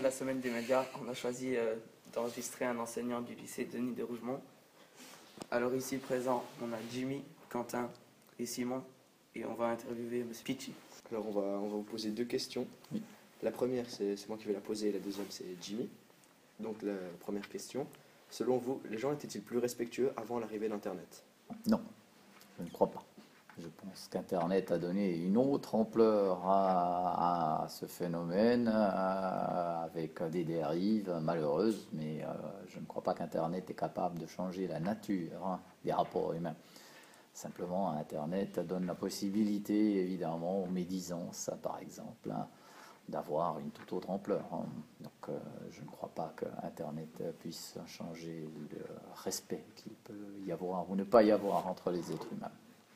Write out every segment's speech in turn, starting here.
la semaine des médias, on a choisi d'enregistrer un enseignant du lycée Denis de Rougemont. Alors ici présent, on a Jimmy, Quentin et Simon, et on va interviewer M. Pichi. Alors on va vous poser deux questions. Oui. La première, c'est moi qui vais la poser, et la deuxième, c'est Jimmy. Donc la première question, selon vous, les gens étaient-ils plus respectueux avant l'arrivée d'Internet? Non, je ne crois pas. Je pense qu'Internet a donné une autre ampleur à ce phénomène, avec des dérives malheureuses, mais je ne crois pas qu'Internet est capable de changer la nature des rapports humains. Simplement, Internet donne la possibilité, évidemment, aux médisants, par exemple, d'avoir une toute autre ampleur. Donc, je ne crois pas qu'Internet puisse changer le respect qu'il peut y avoir ou ne pas y avoir entre les êtres humains.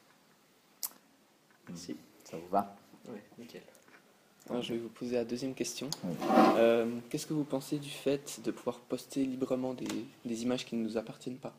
Merci. Ça vous va? Oui, nickel. Alors, je vais vous poser la deuxième question. Oui. Qu'est-ce que vous pensez du fait de pouvoir poster librement des images qui ne nous appartiennent pas?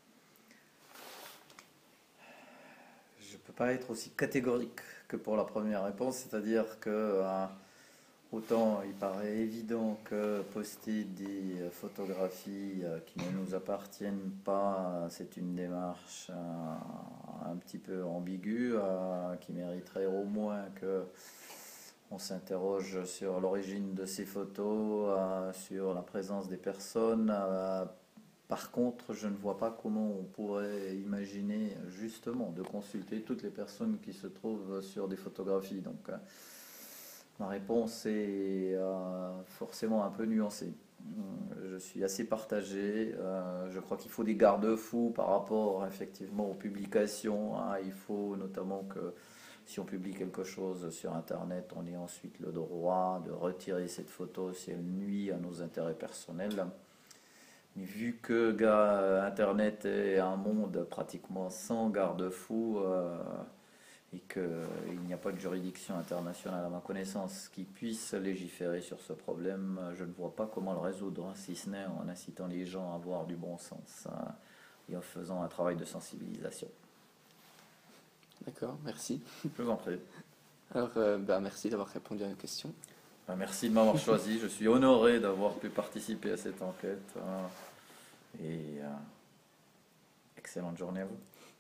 Je ne peux pas être aussi catégorique que pour la première réponse, c'est-à-dire que autant il paraît évident que poster des photographies qui ne nous appartiennent pas, c'est une démarche un petit peu ambiguë, qui mériterait au moins que on s'interroge sur l'origine de ces photos, sur la présence des personnes. Par contre, je ne vois pas comment on pourrait imaginer justement de consulter toutes les personnes qui se trouvent sur des photographies. Donc, ma réponse est forcément un peu nuancée. Je suis assez partagé. Je crois qu'il faut des garde-fous par rapport effectivement aux publications. Il faut notamment que si on publie quelque chose sur Internet, on ait ensuite le droit de retirer cette photo si elle nuit à nos intérêts personnels. Mais vu que Internet est un monde pratiquement sans garde-fou et qu'il n'y a pas de juridiction internationale à ma connaissance qui puisse légiférer sur ce problème, je ne vois pas comment le résoudre, si ce n'est en incitant les gens à avoir du bon sens et en faisant un travail de sensibilisation. D'accord, merci. Je vous en prie. Alors, merci d'avoir répondu à la question. Merci de m'avoir choisi. Je suis honoré d'avoir pu participer à cette enquête. Et excellente journée à vous.